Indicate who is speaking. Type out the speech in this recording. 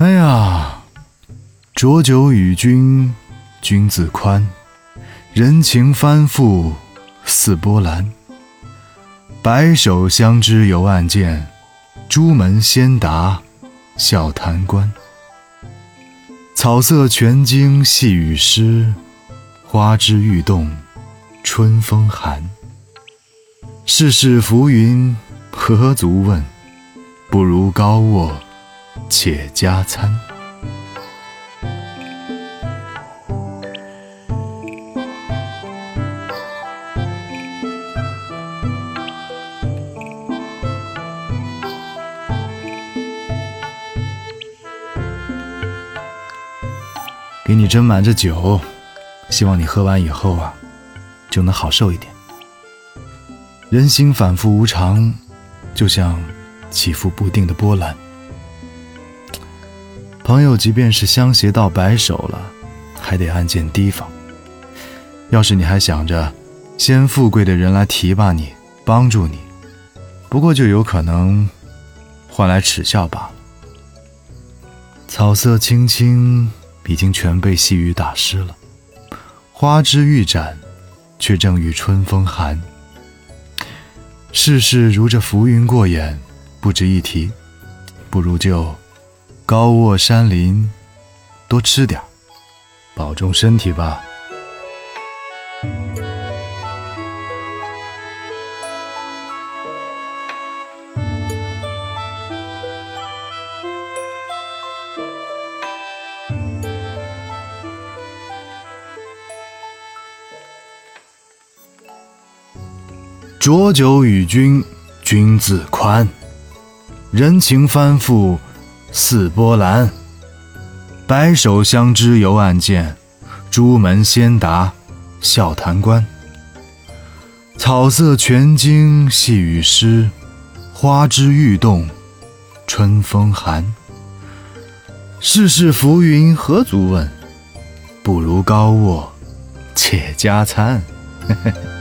Speaker 1: 哎呀，浊酒与君，君自宽。人情翻覆似波澜。白首相知犹暗箭，朱门先达笑谈官。草色全经细雨湿，花枝欲动春风寒。世事浮云何足问，不如高卧且加餐。给你斟满着酒，希望你喝完以后就能好受一点。人心反复无常，就像起伏不定的波澜。朋友即便是相携到白首了，还得暗箭提防。要是你还想着先富贵的人来提拔你，帮助你，不过就有可能换来耻笑罢了。草色青青，已经全被细雨打湿了，花枝欲展，却正遇春风寒。世事如这浮云过眼，不值一提，不如就高卧山林，多吃点，保重身体吧。浊酒与君，君自宽。人情翻覆似波澜。白首相知犹暗箭，朱门先达笑谈官。草色全经细雨湿，花枝欲动春风寒。世事浮云何足问，不如高卧且加餐。